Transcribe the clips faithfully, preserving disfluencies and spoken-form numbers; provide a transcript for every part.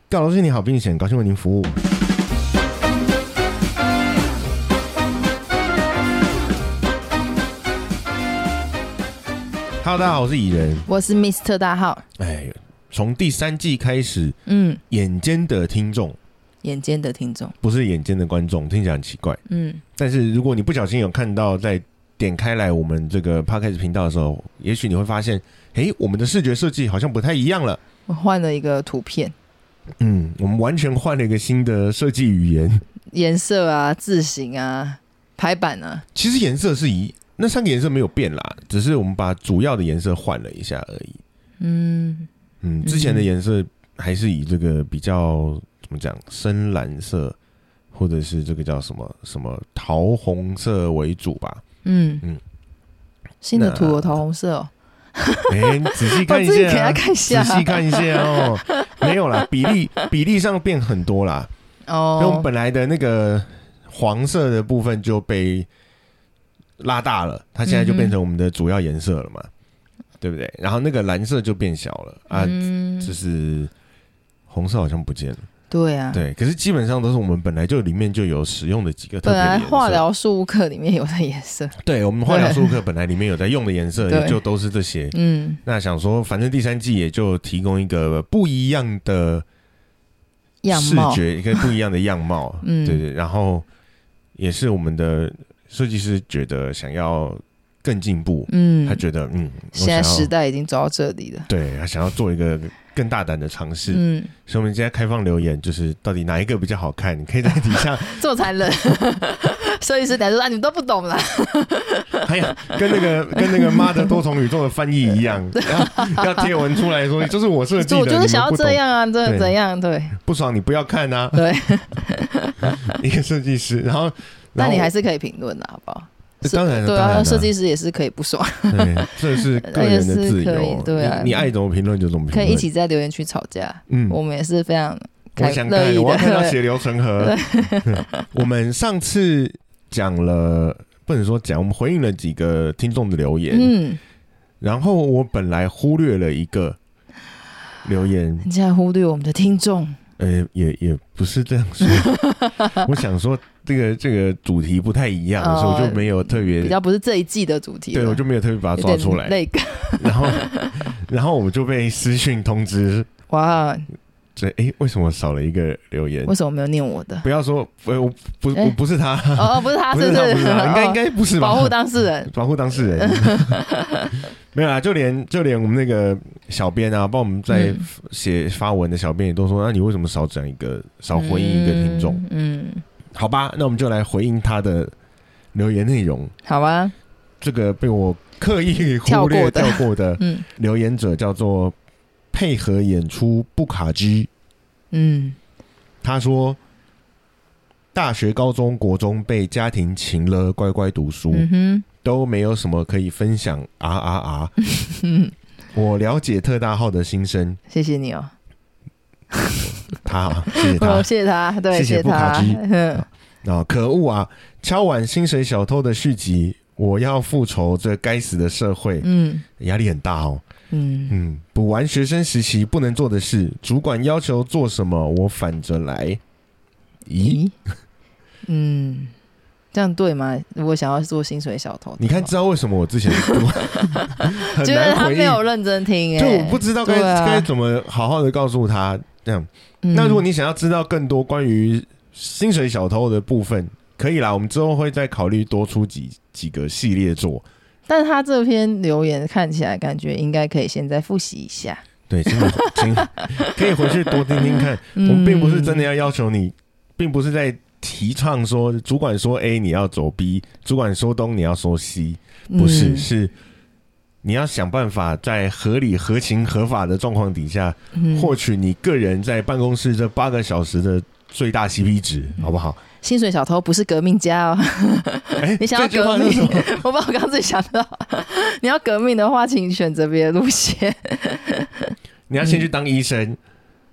告老师你好，并险，高兴为您服务。Hello， 大家好，我是蚁人， 我是 Mister 大号。 哎，从第三季开始， 嗯， 眼尖的听众， 眼尖的听众， 不是眼尖的观众，听起来很奇怪。 嗯， 但是如果你不小心有看到，在点开来我们这个 Podcast 频道的时候，也许你会发现，哎，我们的视觉设计好像不太一样了。 我换了一个图片， 嗯，我们完全换了一个新的设计语言， 颜色啊、字型啊、排版啊。 其实颜色是一。那三个颜色没有变啦，只是我们把主要的颜色换了一下而已。嗯嗯，之前的颜色还是以这个比较怎么讲深蓝色，或者是这个叫什么什么桃红色为主吧。嗯嗯， 新的图有桃红色哦。 哎、欸，仔细看一下、啊， 我自己给他看一下， 仔细看一下哦。没有啦，比例比例上变很多啦。哦，因为我们本来的那个黄色的部分就被拉大了，它现在就变成我们的主要颜色了嘛、嗯，对不对？然后那个蓝色就变小了啊，嗯、就是红色好像不见了。 对啊， 对，可是基本上都是我们本来就里面就有使用的几个特别的颜色。 本来化疗术务课里面有的颜色， 对，我们化疗术务课本来里面有在用的颜色，也就都是这些。嗯，那想说，反正第三季也就提供一个不一样的视觉，一个不一样的样貌。嗯，对对，然后也是我们的设计师觉得想要更进步，嗯，他觉得嗯， 现在时代已经走到这里了， 对，他想要做一个更大胆的尝试，嗯，所以我们现在开放留言，就是到底哪一个比较好看，你可以在底下这么残忍，设计师等下说啊，你们都不懂啦， 哎呀，跟那个跟那个妈的多重宇宙的翻译一样，要要贴文出来说，就是我设计的， 我就是想要这样啊，这怎样对， 不爽你不要看啊， 对， 一个设计师，然后。 但你还是可以评论的，好不好？ 当然了， 对啊，设计师也是可以不爽， 对，这是个人的自由， 对啊， 你, 你爱怎么评论就怎么评论， 可以一起在留言区吵架，嗯，我们也是非常我想看，我要看到血流成河。我们上次讲了，不能说讲，我们回应了几个听众的留言，嗯，然后我本来忽略了一个留言， 你竟然忽略我们的听众。 呃，也也不是这样说，我想说这个这个主题不太一样，哦、所以我就没有特别比较不是这一季的主题， 对，我就没有特别把它抓出来。然后然后我们就被私讯通知，哇，这哎为什么少了一个留言？ 为什么没有念我的？ 不要说，我我不我不是他， 哦不是他， 不是他，不是他，应该应该不是吧？ 保护当事人， 保护当事人。没有啦，就连就连我们那个小编啊，帮我们在写发文的小编也都说，那、啊、你为什么少讲一个，少回应一个听众？嗯，嗯好吧，那我们就来回应他的留言内容。 好吧， 这个被我刻意忽略跳过的留言者叫做配合演出不卡机。嗯，他说大学、高中、国中被家庭情勒，乖乖读书。嗯哼。都没有什么可以分享啊啊啊！我了解特大号的心声， 谢谢你哦。 他、啊，谢谢他， 哦、谢谢他，对， 谢谢布卡基。啊，可恶啊！敲碗薪水小偷的续集，我要复仇这该死的社会。嗯，压力很大哦。嗯嗯，补完学生时期不能做的事，主管要求做什么，我反着来。咦？嗯。 这样对吗？如果想要做薪水小偷， 你看，知道为什么我之前很觉得他没有认真听、欸， 就我不知道该该、啊、怎么好好的告诉他这样、嗯。那如果你想要知道更多关于薪水小偷的部分，可以啦，我们之后会再考虑多出几几个系列做。 但是他这篇留言看起来感觉应该可以先再复习一下。 对，请请可以回去多听听看。嗯、我们并不是真的要要求你，并不是在。提倡说，主管说 A 你要走 B， 主管说东你要说 C， 不是、嗯，是你要想办法在合理、合情、合法的状况底下，嗯、获取你个人在办公室这八个小时的最大 C P 值，好不好？ 薪水小偷不是革命家哦。欸、你想要革命？我把我刚刚自己想到，你要革命的话，请选择别的路线。 你要先去当医生。嗯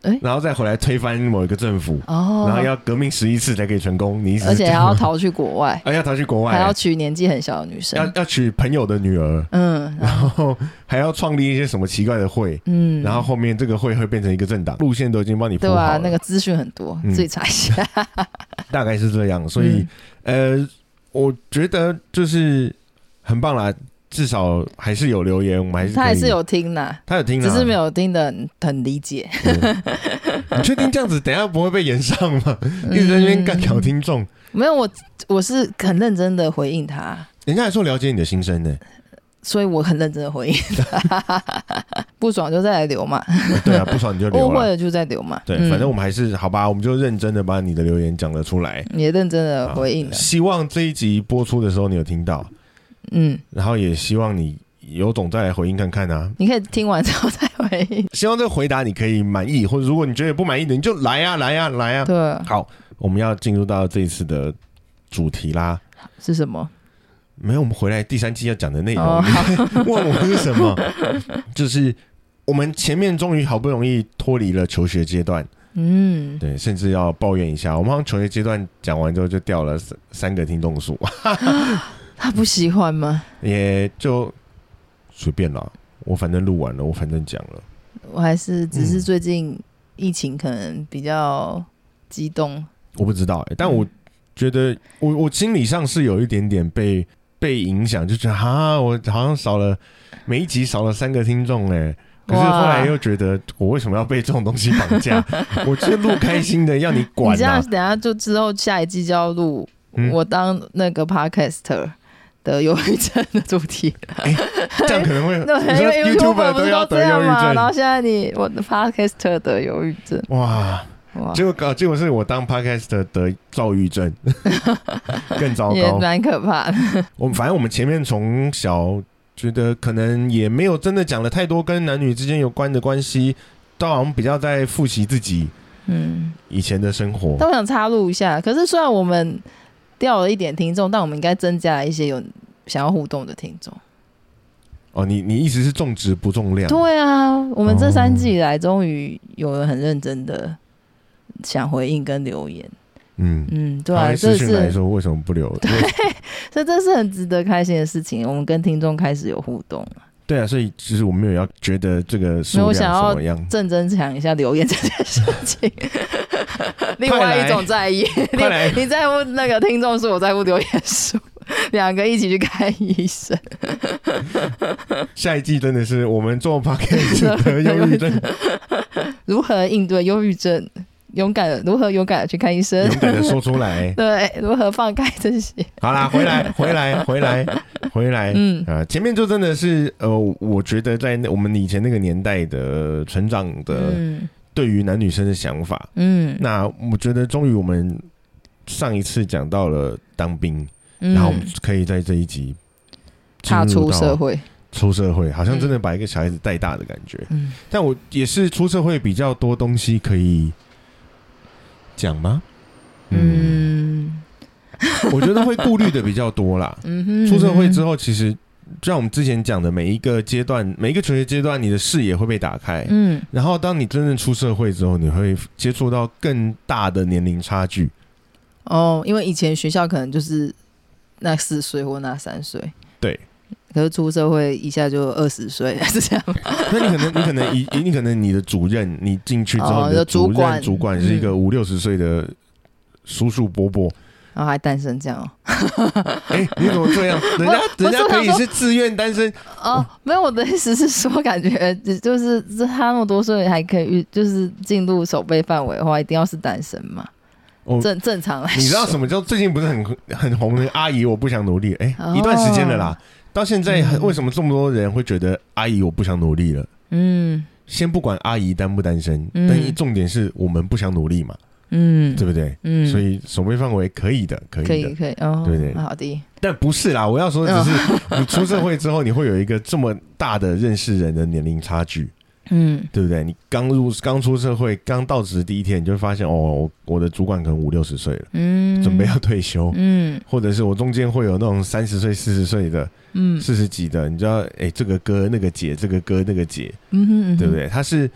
欸、 然后再回来推翻某一个政府，哦，然后要革命十一次才可以成功，你而且还要逃去国外， 啊，要逃去国外， 还要娶年纪很小的女生， 要要娶朋友的女儿，嗯，然后还要创立一些什么奇怪的会，嗯，然后后面这个会会变成一个政党，路线都已经帮你铺好了， 对啊，那个资讯很多，嗯、自己查一下， 大概是这样，所以、嗯、呃，我觉得就是很棒啦。至少还是有留言，我们还是他还是有听啦， 他有听啦， 只是没有听得 很, 很理解。 你确定这样子等一下不会被延上吗？一直在那边干扰听众、嗯。 没有，我我是很认真的回应他。 人家还说了解你的心声呢， 所以我很认真的回应他。不爽就再来留嘛。 对啊，不爽你就留了。 误会了就再留嘛。 对，嗯、反正我们还是好吧，我们就认真的把你的留言讲了出来， 也认真的回应了。 希望这一集播出的时候你有听到。嗯，然后也希望你有种再来回应看看啊。 你可以听完之后再回应。 希望这个回答你可以满意，或者如果你觉得不满意的，你就来啊来啊来啊。 对， 好，我们要进入到这一次的主题啦。 是什么？ 没有，我们回来第三期要讲的内容。哦、问我是什么？就是我们前面终于好不容易脱离了求学阶段。嗯，对，甚至要抱怨一下，我们好像求学阶段讲完之后就掉了三三个听众数。 他不喜欢吗？ 也就随便啦，我反正录完了，我反正讲了。 我还是只是最近疫情可能比较激动，嗯、 我不知道、欸，但我觉得我我心理上是有一点点被被影响，就觉得哈，我好像少了每一集少了三个听众哎、欸。可是后来又觉得，我为什么要被这种东西绑架？我就是录开心的，要你管、啊。 你这样等一下就之后下一季就要录、嗯、我当那个 podcaster。得忧郁症的主题、 欸，这样可能会， 对，因为 YouTuber 不是都这样嘛，然后现在你我的 Podcaster 得忧郁症， 哇哇，结果搞结果是我当 Podcaster 得躁郁症，更糟糕， 也蛮可怕的。 我们反正我们前面从小觉得可能也没有真的讲了太多跟男女之间有关的关系，都好像比较在复习自己嗯以前的生活。 但我想插入一下，可是虽然我们掉了一点听众，但我们应该增加了一些有想要互动的听众。 哦，你你意思是重质不重量？ 对啊，我们这三季以来终于有人很认真的想回应跟留言。嗯嗯，对啊， 这是来说为什么不留？ 对，所以这是很值得开心的事情。我们跟听众开始有互动了。 对啊，所以其实我没有要觉得这个数量什么样， 我想要正增强一下留言这件事情。另外一种在意，你你在乎那个听众数，我在乎留言数，两个一起去看医生。 下一季真的是我们做 podcast 得忧郁症， 如何应对忧郁症？勇敢的如何勇敢的去看医生， 勇敢的说出来。 对，如何放开这些。 好啦，回来，回来，回来，回来。嗯啊，前面就真的是呃，我觉得在我们以前那个年代的成长的对于男女生的想法，嗯，那我觉得终于我们上一次讲到了当兵，嗯、然后我们可以在这一集踏出社会。 出社会好像真的把一个小孩子带大的感觉，嗯，但我也是出社会比较多东西可以讲吗？嗯，我觉得会顾虑的比较多啦。嗯哼，出社会之后，其实就像我们之前讲的，每一个阶段，每一个求学阶段，你的视野会被打开。嗯，然后当你真正出社会之后，你会接触到更大的年龄差距。 哦，因为以前学校可能就是那四岁或那三岁。 对。 可是出社会一下就二十岁，是这样吗？ 那你可能，你可能，你你可能你的主任，你进去之后，你的主任、哦、主管是一个五六十岁的叔叔伯伯， 然后还单身这样哦。 哎、欸，你怎么这样？人家人家可以是自愿单身哦。没有，我的意思是说，感觉就是他那么多岁还可以，就是进入守备范围的话，一定要是单身嘛。哦、正正常来说， 你知道什么叫最近不是很很红的阿姨我不想努力？哎、欸，哦、一段时间了啦。到现在为什么这么多人会觉得阿姨我不想努力了？嗯，先不管阿姨单不单身，嗯、但重点是我们不想努力嘛，嗯，对不对？嗯，所以守备范围可以的，可以的， 可以可以，哦， 对不对？ 好的， 但不是啦，我要说的只是你出社会之后，你会有一个这么大的认识人的年龄差距。嗯，对不对？你刚入刚出社会，刚到职第一天，你就会发现哦，我的主管可能五六十岁了，嗯，准备要退休，嗯，或者是我中间会有那种三十岁、四十岁的，嗯，四十几的，你知道，哎，这个哥那个姐，这个哥那个姐，嗯哼嗯哼，对不对？他是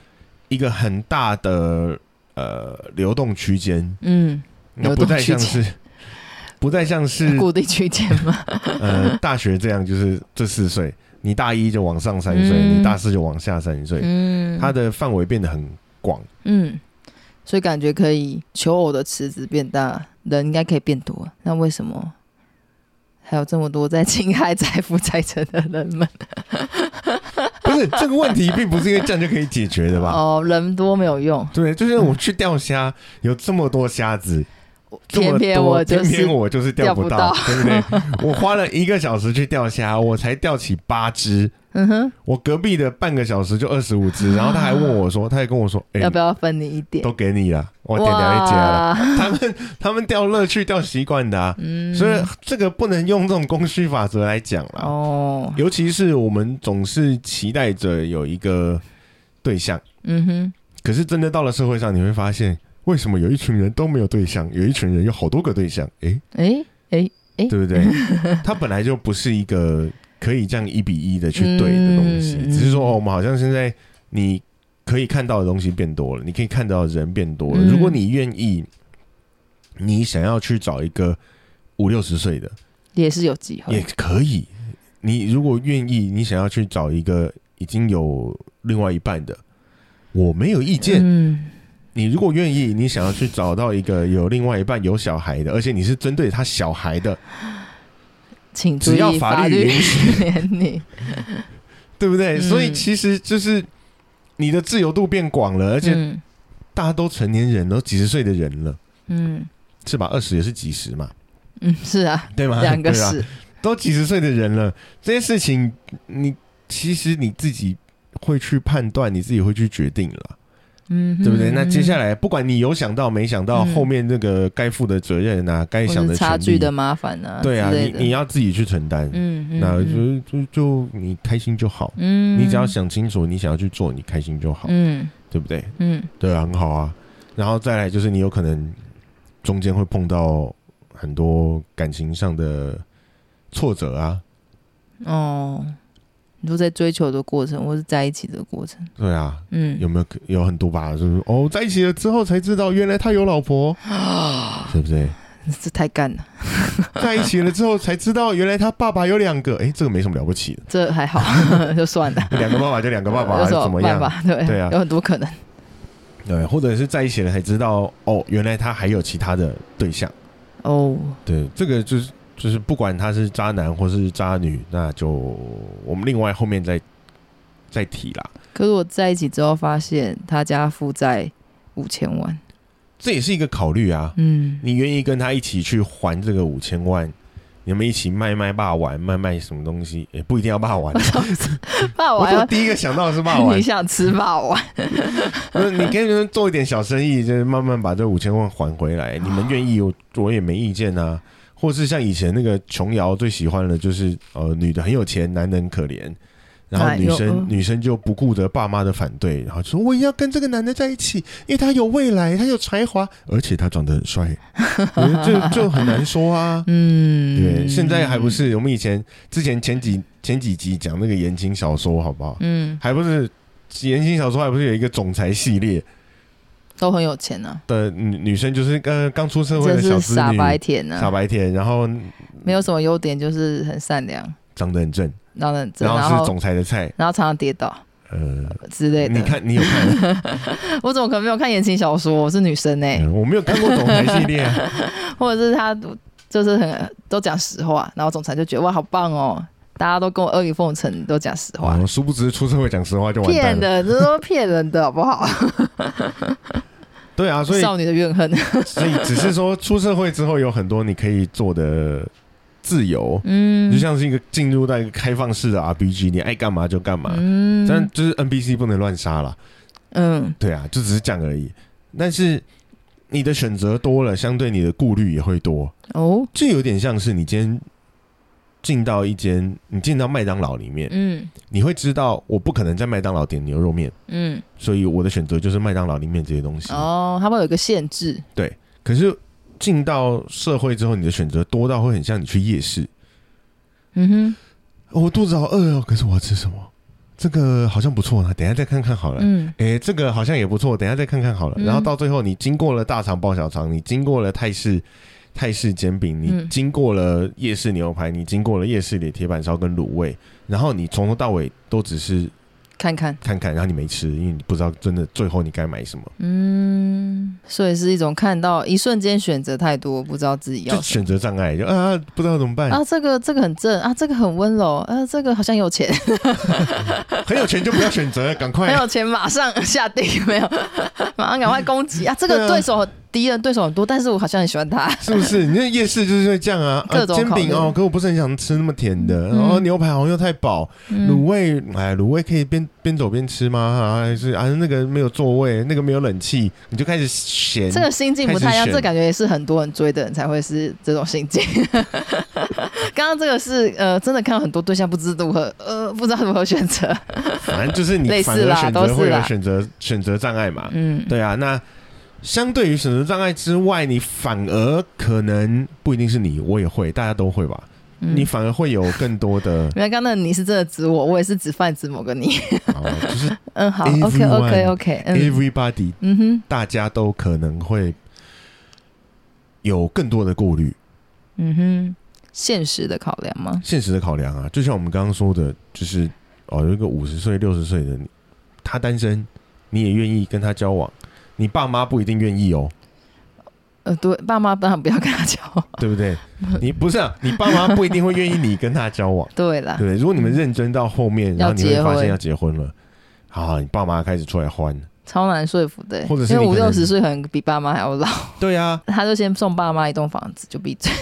一个很大的呃流动区间， 嗯， 那不再像是不再像是固定区间吗？ 呃，大学这样，就是这四岁，你大一就往上三岁、嗯，你大四就往下三岁，嗯，它的范围变得很广， 嗯，所以感觉可以求偶的池子变大，人应该可以变多。那为什么还有这么多在侵害财富财产的人们？ 不是这个问题，并不是因为这样就可以解决的吧？ 哦，人多没有用。 对，就是我去钓虾，有这么多虾子。 偏偏我就是偏偏我就是钓不到，对不对？我花了一个小时去钓虾，我才钓起八只。嗯哼，我隔壁的半个小时就二十五只，然后他还问我说，他还跟我说，欸、 要不要分你一点？ 都给你了，我点了一家了。他们他们钓乐趣钓习惯的啊、嗯，所以这个不能用这种供需法则来讲啦。哦，尤其是我们总是期待着有一个对象，嗯哼，可是真的到了社会上，你会发现。为什么有一群人都没有对象，有一群人有好多个对象？哎哎哎哎，对不对？它本来就不是一个可以这样一比一的去对的东西，嗯、只是说、哦、我们好像现在你可以看到的东西变多了，你可以看到的人变多了。嗯、如果你愿意，你想要去找一个五六十岁的， 也是有机会， 也可以。你如果愿意，你想要去找一个已经有另外一半的，我没有意见。嗯。你如果愿意，你想要去找到一个有另外一半有小孩的，而且你是针对他小孩的， 请注意只要法律允许年龄， 对不对、嗯？所以其实就是你的自由度变广了，而且大家都成年人了，都几十岁的人了，嗯，是吧？二十也是几十嘛， 嗯，是啊， 对吗？ 两个是、啊， 都几十岁的人了，这些事情你其实你自己会去判断，你自己会去决定了。嗯，对不对？那接下来不管你有想到没想到，后面那个该负的责任啊，该、嗯、想的差距的麻烦啊， 对啊，你你要自己去承担。嗯，嗯那就就就你开心就好。嗯，你只要想清楚，你想要去做，你开心就好。嗯，对不对？嗯，对啊，很好啊。然后再来就是你有可能中间会碰到很多感情上的挫折啊。 哦。你说在追求的过程，或是在一起的过程， 对啊，嗯，有没有有很多吧？就是哦，在一起了之后才知道，原来他有老婆，对不对？ 这太干了。 在一起了之后才知道，原来他爸爸有两个，哎，这个没什么了不起的， 这还好，就算了。 两个爸爸就两个爸爸， 有什么怎么样？ 对对啊， 有很多可能。 对，或者是在一起了才知道，哦，原来他还有其他的对象。哦，对，这个就是。就是不管他是渣男或是渣女，那就我们另外后面再再提啦。 可是我在一起之后发现他家负债五千万， 这也是一个考虑啊。嗯，你愿意跟他一起去还这个五千万？你们一起卖卖霸丸，卖卖什么东西？也、欸、不一定要霸丸。 霸丸， 我第一个想到的是霸丸。 你想吃霸丸？ 你跟人做一点小生意，就是慢慢把这五千万还回来。你们愿意，我我也没意见啊。或是像以前那个琼瑶最喜欢的就是呃女的很有钱，男的很可怜，然后女生、哎、女生就不顾着爸妈的反对，然后就说我也要跟这个男的在一起，因为他有未来，他有才华，而且他长得很帅，就就很难说啊。嗯，对，现在还不是我们以前之前前几前几集讲那个言情小说好不好？嗯，还不是言情小说，还不是有一个总裁系列。 都很有钱啊的女女生，就是呃刚出社会的小资女， 傻白甜啊， 傻白甜，然后没有什么优点，就是很善良， 长得很正， 长得很正， 然后是总裁的菜， 然后常常跌倒，呃之类的。 你看，你有看？ 我怎么可能没有看言情小说？我是女生哎、欸嗯，我没有看过总裁系列、啊， 或者是他就是很都讲实话，然后总裁就觉得哇好棒哦。大家都跟我阿谀奉承，都讲实话。 哦，殊不知出社会讲实话就完蛋了。 骗的，这都骗人的，好不好？ 对啊，所以少女的怨恨。 所以只是说出社会之后有很多你可以做的自由，嗯，就像是一个进入到一个开放式的 R P G， 你爱干嘛就干嘛，嗯，但就是 N P C 不能乱杀啦。嗯，对啊，就只是这样而已。但是你的选择多了，相对你的顾虑也会多。哦，这有点像是你今天进到一间，你进到麦当劳里面，嗯，你会知道我不可能在麦当劳点牛肉面，嗯，所以我的选择就是麦当劳里面这些东西。 哦，它会有一个限制。 对，可是进到社会之后，你的选择多到会很像你去夜市。嗯哼，哦、我肚子好饿哦，可是我要吃什么？ 这个好像不错，等一下再看看好了。嗯，哎、欸，这个好像也不错，等一下再看看好了。嗯、然后到最后，你经过了大肠包小肠，你经过了泰式泰式煎饼，你经过了夜市牛排，你经过了夜市里的铁板烧跟卤味，然后你从头到尾都只是看看看看，然后你没吃，因为你不知道真的最后你该买什么。 嗯，所以是一种看到一瞬间选择太多，不知道自己要什么， 就选择障碍，就啊不知道怎么办啊，这个这个很正啊，这个很温柔，啊，这个好像有钱， 很有钱就不要选择，赶快很有钱马上下定，没有，马上赶快攻击啊，这个对手敌人对手很多，但是我好像很喜欢他， 是不是？你那夜市就是会这样啊， 各种煎饼哦，可我不是很想吃那么甜的，然后、嗯、牛排好像又太饱，卤、嗯、味哎，卤味可以边边走边吃吗？啊，还是啊那个没有座位，那个没有冷气，你就开始选。 这个心境不太一样，这感觉也是很多人追的人才会是这种心境。刚刚这个是呃，真的看到很多对象不知如何呃，不知道如何选择。 反正就是你反而选择会有选择选择障碍嘛。嗯，对啊，那。相对于选择障碍之外，你反而可能不一定是你，我也会，大家都会吧。嗯、你反而会有更多的。 原来刚刚你是真的指我，我也是指泛指某个你。 好，就是嗯好 ，OK OK OK，everybody， 嗯哼，大家都可能会有更多的顾虑。 嗯哼，现实的考量吗？ 现实的考量啊，就像我们刚刚说的，就是哦，有一个五十岁、六十岁的你，他单身，你也愿意跟他交往。你爸妈不一定愿意哦， 呃，对，爸妈当然不要跟他交往， 对不对？你不是啊，你爸妈不一定会愿意你跟他交往， 对啦， 对。如果你们认真到后面，然后你会发现要结婚了，好，你爸妈开始出来欢， 超难说服的， 或者是因为五六十岁可能比爸妈还要老， 对啊， 他就先送爸妈一栋房子就闭嘴，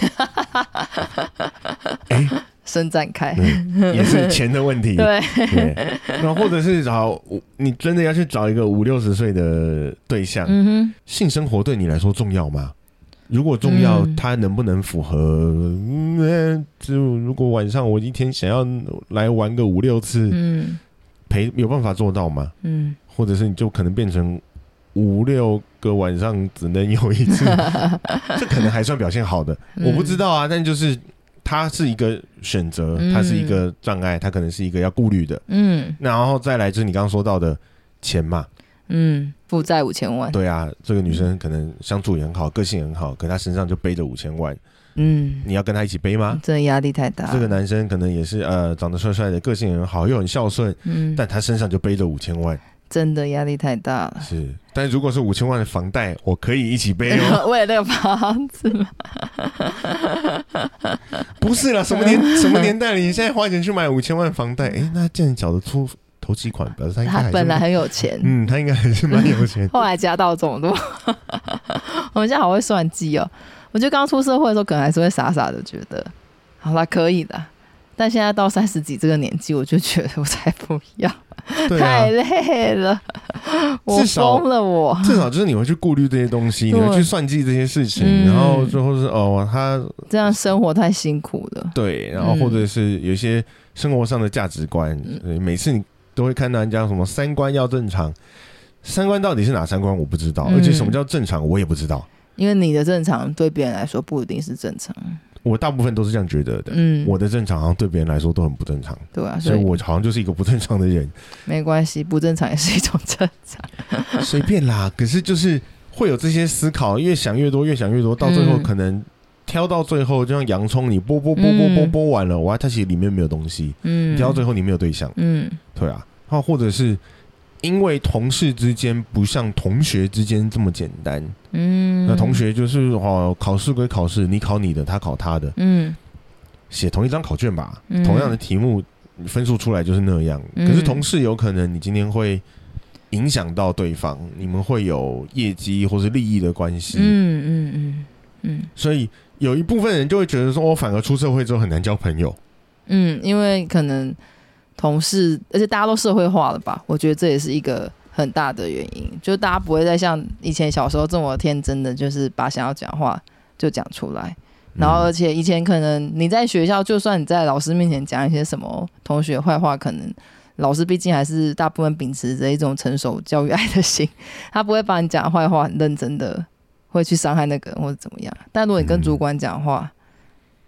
哎、欸。伸展开、 嗯，也是钱的问题。 对， 对，那或者是找你真的要去找一个五六十岁的对象、嗯，性生活对你来说重要吗？如果重要，嗯、他能不能符合？嗯，就如果晚上我一天想要来玩个五六次，嗯，陪有办法做到吗？嗯，或者是你就可能变成五六个晚上只能有一次，这可能还算表现好的，嗯、我不知道啊，但就是。它是一个选择，它是一个障碍，它可能是一个要顾虑的。嗯，然后再来就是你刚刚说到的钱嘛， 嗯，负债五千万。 对啊，这个女生可能相处也很好，个性也很好，可她身上就背着五千万。嗯，你要跟她一起背吗？ 这压力太大。 这个男生可能也是呃长得帅帅的，个性也很好，又很孝顺，嗯，但他身上就背着五千万。 真的压力太大了。 是，但如果是五千万的房贷，我可以一起背哦。 为了那个房子吗？ 不是啦，什么年什么年代了？你现在花钱去买五千万房贷，哎、欸，那既然缴得出头期款，表示他应该还是他本来很有钱。 嗯，他应该还是蛮有钱。 后来加到这么多，我们现在好会算计哦。我觉得刚出社会的时候，可能还是会傻傻的觉得，好啦，可以的。但现在到三十几这个年纪，我就觉得我才不要。啊、太累了，我疯了我！ 我至少就是你会去顾虑这些东西，你会去算计这些事情，嗯、然后最后是哦，他这样生活太辛苦了。 对，然后或者是有一些生活上的价值观，嗯、每次你都会看到人家什么三观要正常，三观到底是哪三观我不知道，嗯、而且什么叫正常我也不知道， 因为你的正常对别人来说不一定是正常。 我大部分都是这样觉得的，嗯，我的正常好像对别人来说都很不正常， 对啊， 所以我好像就是一个不正常的人。 没关系，不正常也是一种正常， 随便啦。可是就是会有这些思考，越想越多，越想越多，到最后可能挑到最后，就像洋葱，你剥剥剥剥剥剥完了，哇，它其实里面没有东西，嗯，挑到最后你没有对象，嗯，对啊，或者是。因为同事之间不像同学之间这么简单，嗯，那同学就是哦，考试归考试，你考你的，他考他的，嗯，写同一张考卷吧，嗯、同样的题目，分数出来就是那样。嗯、可是同事有可能你今天会影响到对方，你们会有业绩或是利益的关系，嗯嗯嗯嗯，所以有一部分人就会觉得说，我反而出社会之后很难交朋友， 嗯，因为可能。同事，而且大家都社会化了吧？我觉得这也是一个很大的原因，就是大家不会再像以前小时候这么天真的，就是把想要讲话就讲出来。然后，而且以前可能你在学校，就算你在老师面前讲一些什么同学坏话，可能老师毕竟还是大部分秉持着一种成熟教育爱的心，他不会把你讲坏话很认真的会去伤害那个人或者怎么样。但如果你跟主管讲话，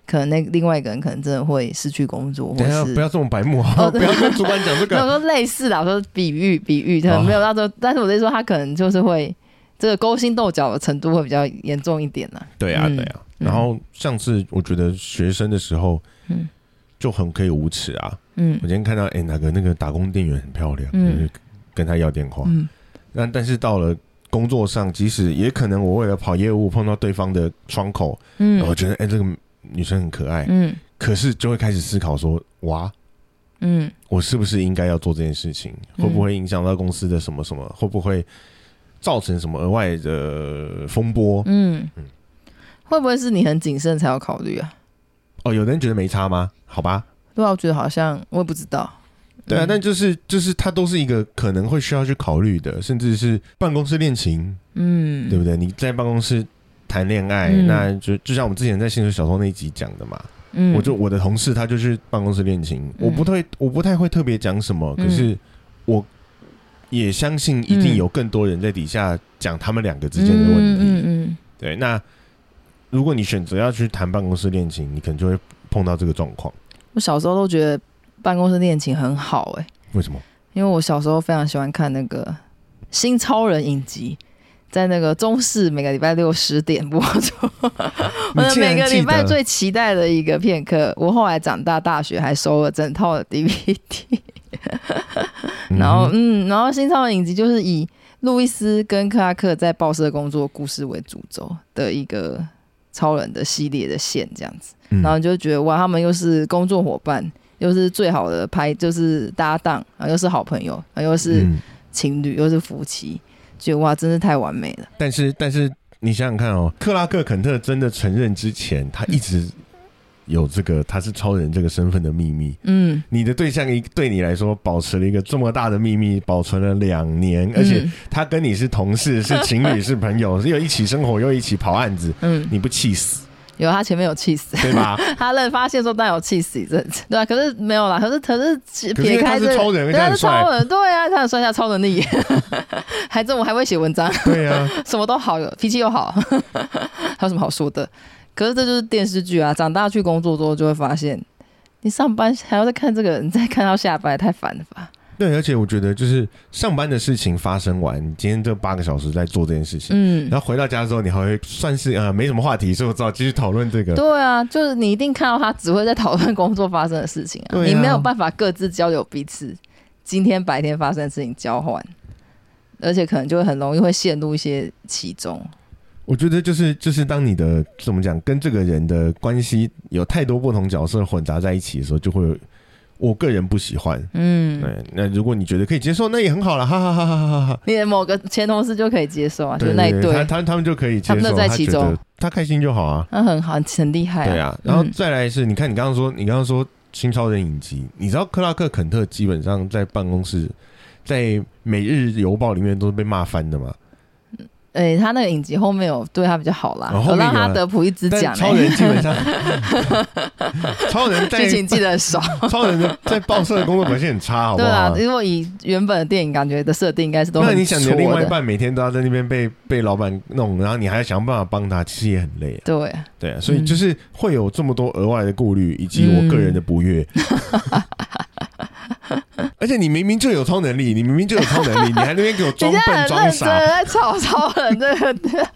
可能那另外一个人可能真的会失去工作，或是不要这么白目、哦、不要跟主管讲这个。 我说类似的，我说比喻比喻，可能没有到这、哦，但是我在说他可能就是会这个勾心斗角的程度会比较严重一点呢、啊。 对啊，对啊。嗯、然后像是我觉得学生的时候，嗯，就很可以无耻啊。嗯，我今天看到哎、欸、哪个那个打工店员很漂亮，嗯，就是跟他要电话。嗯，那但是到了工作上，即使也可能我为了跑业务碰到对方的窗口，嗯，我觉得哎、欸、这个女生很可爱，嗯，可是就会开始思考说，哇，嗯，我是不是应该要做这件事情？会不会影响到公司的什么什么？会不会造成什么额外的风波？嗯嗯， 会不会是你很谨慎才要考虑啊？ 哦，有的人觉得没差吗？好吧， 对啊，我觉得好像我也不知道。 对啊，嗯、但就是就是它都是一个可能会需要去考虑的，甚至是办公室恋情，嗯，对不对？你在办公室谈恋爱，嗯、那就就像我们之前在《薪水小偷》那一集讲的嘛，嗯，我就我的同事他就是办公室恋情，嗯、我不太我不太会特别讲什么，嗯、可是我也相信一定有更多人在底下讲他们两个之间的问题，嗯嗯嗯，对，那如果你选择要去谈办公室恋情，你可能就会碰到这个状况。 我小时候都觉得办公室恋情很好、欸， 为什么？ 因为我小时候非常喜欢看那个新超人影集，在那个中视每个礼拜六十点播出。我的每个礼拜最期待的一个片刻。我后来长大大学还收了整套的 D V D。然后嗯，然后新超人影集就是以路易斯跟克拉克在报社工作故事为主轴的一个超人的系列的线这样子。然后你就觉得哇，他们又是工作伙伴，又是最好的拍，就是搭档，然后又是好朋友，然后又是情侣，嗯、又是夫妻，觉得哇，真是太完美了。 但是，但是你想想看哦，克拉克肯特真的承认之前，他一直有这个他是超人这个身份的秘密。嗯，你的对象对你来说保持了一个这么大的秘密，保存了两年，而且他跟你是同事、是情侣、是朋友，又一起生活，又一起跑案子，嗯，你不气死？ 有，他前面有气死， 对吧？ 他认发现说，当然有气死一阵子，对啊。可是没有啦，可是可是撇开这， 他是超人， 他是超人，对啊，他很帅，下超能力，还这我还会写文章， 对啊， 什么都好，脾气又好，还有什么好说的？可是这就是电视剧啊，长大去工作之后就会发现，你上班还要再看这个，你再看到下班，太烦了吧？ 对，而且我觉得就是上班的事情发生完，你今天这八个小时在做这件事情，嗯，然后回到家之后，你还会算是呃没什么话题，所以我只好继续讨论这个。 对啊，就是你一定看到他只会在讨论工作发生的事情啊，啊你没有办法各自交流彼此今天白天发生的事情交换，而且可能就会很容易会陷入一些其中。 我觉得就是就是当你的怎么讲，跟这个人的关系有太多不同角色混杂在一起的时候，就会有。我个人不喜欢，嗯，对，那如果你觉得可以接受，那也很好了，哈哈哈哈哈哈。 你的某个前同事就可以接受啊，就那一对， 他他他们就可以接受， 他们乐在其中， 他开心就好啊， 那很好，很厉害、啊。 对啊，然后再来是，嗯、你看你刚刚说，你刚刚说新超人影集，你知道克拉克肯特基本上在办公室，在每日邮报里面都是被骂翻的嘛。 欸、他那个影集后面有对他比较好啦，有、哦、让他得普一直奖、欸。 超人基本上，超人在剧情记得很少。 超人的在报社的工作表现很差，好不好？对啊， 如果以原本的电影感觉的设定，应该是都很。 那你想，你的另外一半每天都要在那边被被老板弄，然后你还要想办法帮他，其实也很累、啊。 对对啊，所以就是会有这么多额外的顾虑，以及我个人的不悦。嗯而且你明明就有超能力，你明明就有超能力，你还那边给我装笨装傻， 你在吵超人这个，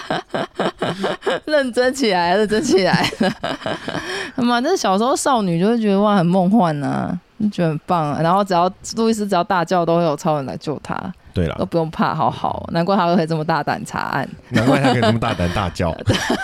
认真起来，认真起来了。嘛，这小时候少女就会觉得哇很梦幻啊，就觉得很棒啊。然后只要路易斯只要大叫，都会有超人来救他。 对啦， 都不用怕，好好，难怪他可以这么大胆查案， 难怪他可以这么大胆大叫。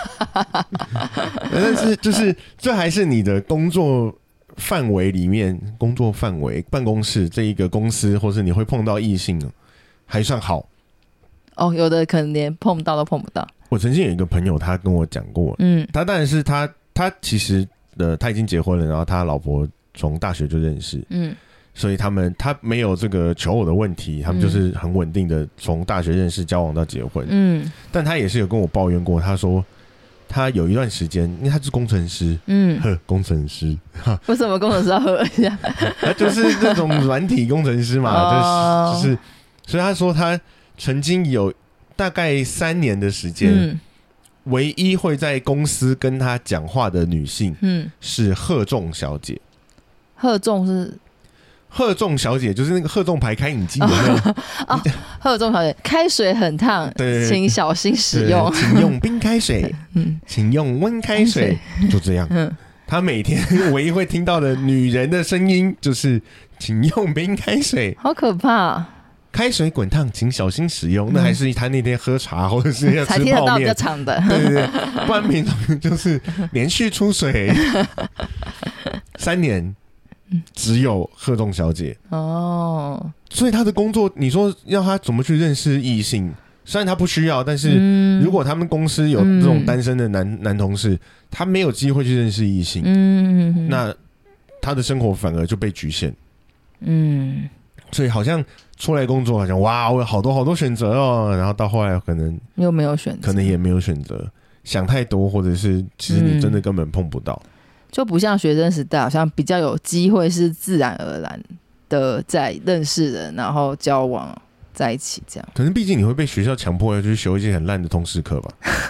但是就是这还是你的工作。范围里面，工作范围、办公室这一个公司，或是你会碰到异性，还算好。 哦，有的可能连碰到都碰不到。 我曾经有一个朋友，他跟我讲过，嗯，他当然是他，他其实呃，他已经结婚了，然后他老婆从大学就认识，嗯，所以他们他没有这个求偶的问题，他们就是很稳定的从大学认识、交往到结婚，嗯，但他也是有跟我抱怨过，他说。他有一段时间，因为他是工程师，嗯，呵，工程师， 为什么工程师要喝一下？ 他就是那种软体工程师嘛，哦、就是就是，所以他说他曾经有大概三年的时间，嗯、 唯一会在公司跟他讲话的女性，嗯，是贺仲小姐。 贺仲是贺仲小姐，就是那个贺仲牌开饮机有没有？ 哦，贺仲小姐，开水很烫，请小心使用， 请用冰开水，嗯，请用温开水，就这样。嗯，她每天唯一会听到的女人的声音就是请用冰开水， 好可怕啊。 开水滚烫，请小心使用。那还是他那天喝茶或者是要吃泡面，才听得到比较长的。 对对对，不然平常就是连续出水三年，只有贺仲小姐哦。所以他的工作，你说要他怎么去认识异性？虽然他不需要，但是如果他们公司有这种单身的男、嗯、男同事，他没有机会去认识异性，嗯，那他的生活反而就被局限。嗯，所以好像。出来工作好像哇，我有好多好多选择哦，然后到后来可能又没有选择， 可能也没有选择，想太多，或者是其实你真的根本碰不到，嗯、 就不像学生时代，好像比较有机会是自然而然的在认识人，然后交往在一起这样。 可能毕竟你会被学校强迫要去修一些很烂的通识课吧。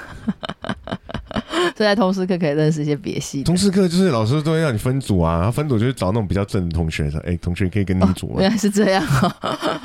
所以在通识课可以认识一些别系的。 通识课就是老师都会让你分组啊，然后分组就是找那种比较正的同学说：“哎、欸，同学可以跟你组吗？” 哦、原来是这样哦。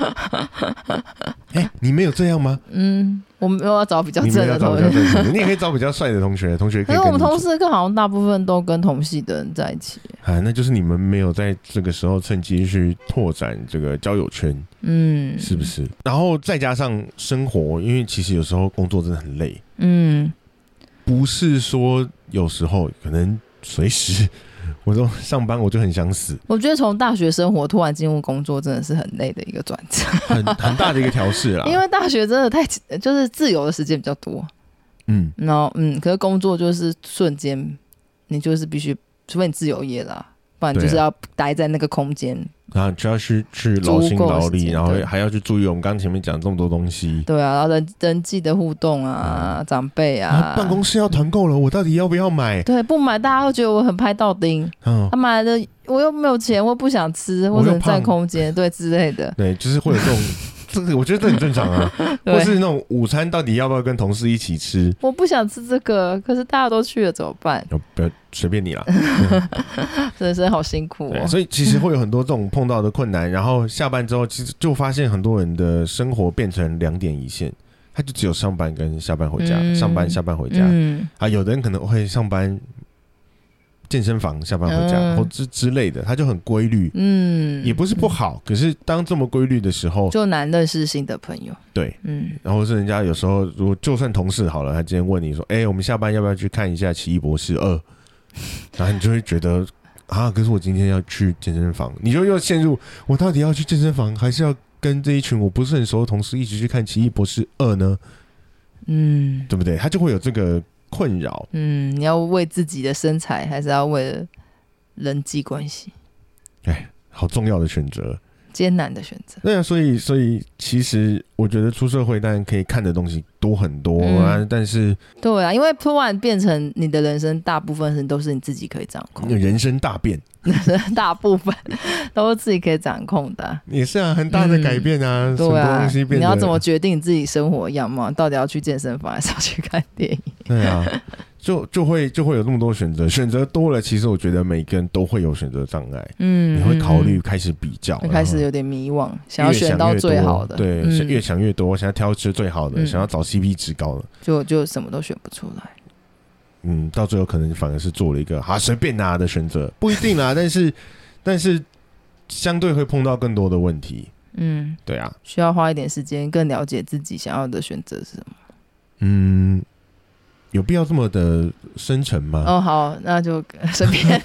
哎、欸，你们有这样吗？ 嗯，我们要找比较正的同学，你也可以找比较帅的同学，同学可以跟你组。可是我们通识课好像大部分都跟同系的人在一起。 啊，那就是你们没有在这个时候趁机去拓展这个交友圈，嗯，是不是？然后再加上生活，因为其实有时候工作真的很累，嗯。不是说有时候可能随时，我说上班我就很想死。 我觉得从大学生活突然进入工作，真的是很累的一个转折， 很很大的一个调试啦。 因为大学真的太就是自由的时间比较多，嗯，然后嗯，可是工作就是瞬间，你就是必须，除非你自由业啦，不然就是要待在那个空间。 然后就要去去劳心劳力，然后还要去注意我们刚前面讲这么多东西。 对啊，然后人人际的互动啊，嗯、长辈啊， 办公室要团购了，我到底要不要买？ 对，不买大家都觉得我很拍到钉。嗯，他买了我又没有钱，我不想吃，或者占空间，对之类的。 对，就是会有这种。这个我觉得这很正常啊，或是那种午餐到底要不要跟同事一起吃？ 我不想吃这个，可是大家都去了怎么办？ 不要随便你啦， 人生好辛苦哦。 所以其实会有很多这种碰到的困难，然后下班之后，其实就发现很多人的生活变成两点一线，他就只有上班跟下班回家，嗯、上班下班回家。嗯、啊，有的人可能会上班。健身房下班回家、嗯、或之之类的，它就很规律，嗯，也不是不好，嗯、可是当这么规律的时候， 就难认识新的朋友。 对，嗯，然后是人家有时候，如果就算同事好了，他今天问你说，哎、欸，我们下班要不要去看一下《奇异博士二》？然后你就会觉得啊，可是我今天要去健身房，你就又陷入我到底要去健身房，还是要跟这一群我不是很熟的同事一起去看《奇异博士二》呢？嗯，对不对？他就会有这个。困扰， 嗯，你要为自己的身材，还是要为了人际关系？ 哎，好重要的选择， 艰难的选择。 对啊，所以，所以其实我觉得出社会当然可以看的东西多很多、嗯、啊，但是， 对啊，因为突然变成你的人生大部分是都是你自己可以掌控， 人生大变， 人生大部分都是自己可以掌控的、啊， 也是啊，很大的改变啊，嗯、对啊，东西变得， 你要怎么决定你自己生活样貌？到底要去健身房还是要去看电影？ 对啊，就就会就会有那么多选择，选择多了，其实我觉得每个人都会有选择障碍。嗯，你会考虑开始比较， 会开始有点迷惘，想要选到最好的， 对，嗯、越想越多，想要挑吃最好的，嗯、想要找 C P 值高的， 就就什么都选不出来。 嗯，到最后可能反而是做了一个啊随便拿的选择，不一定啦，但是但是相对会碰到更多的问题。嗯，对啊， 需要花一点时间更了解自己想要的选择是什么。 嗯，有必要这么的深沉吗？ 哦，好，那就随便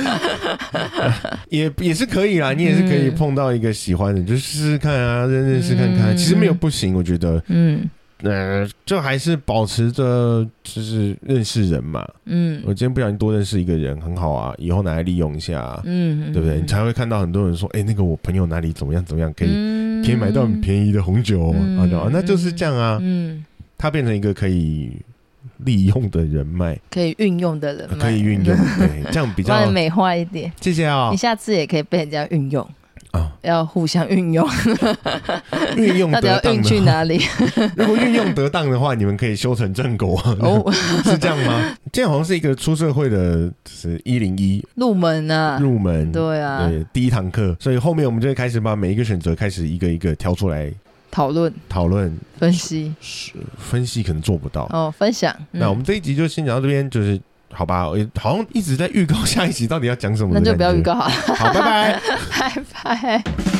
也也是可以啦，你也是可以碰到一个喜欢的，嗯、就试试看啊，认认识看看，嗯、其实没有不行，我觉得，嗯，呃，就还是保持着就是认识人嘛，嗯，我今天不小心多认识一个人很好啊，以后拿来利用一下、啊，嗯，对不对？你才会看到很多人说，哎、欸，那个我朋友哪里怎么样怎么样，可以、嗯、可以买到很便宜的红酒、哦嗯啊，那就是这样啊，嗯。他变成一个可以利用的人脉， 可以运用的人脉， 可以运用，对，这样比较帮你美化一点。 谢谢啊、哦！ 你下次也可以被人家运用啊， 要互相运用， 运用到底要运得当的话， 去哪里？ 如果运用得当的话，你们可以修成正果， 哦， 是这样吗？这样好像是一个出社会的，就是一零一入门啊， 入门， 对啊， 对，第一堂课，所以后面我们就会开始把每一个选择开始一个一个挑出来讨论、 讨论、 分析， 分析，可能做不到哦，分享。嗯、 那我们这一集就先讲到这边，就是好吧，好像一直在预告下一集到底要讲什么， 那就不要预告好了。 好，拜拜， 拜拜。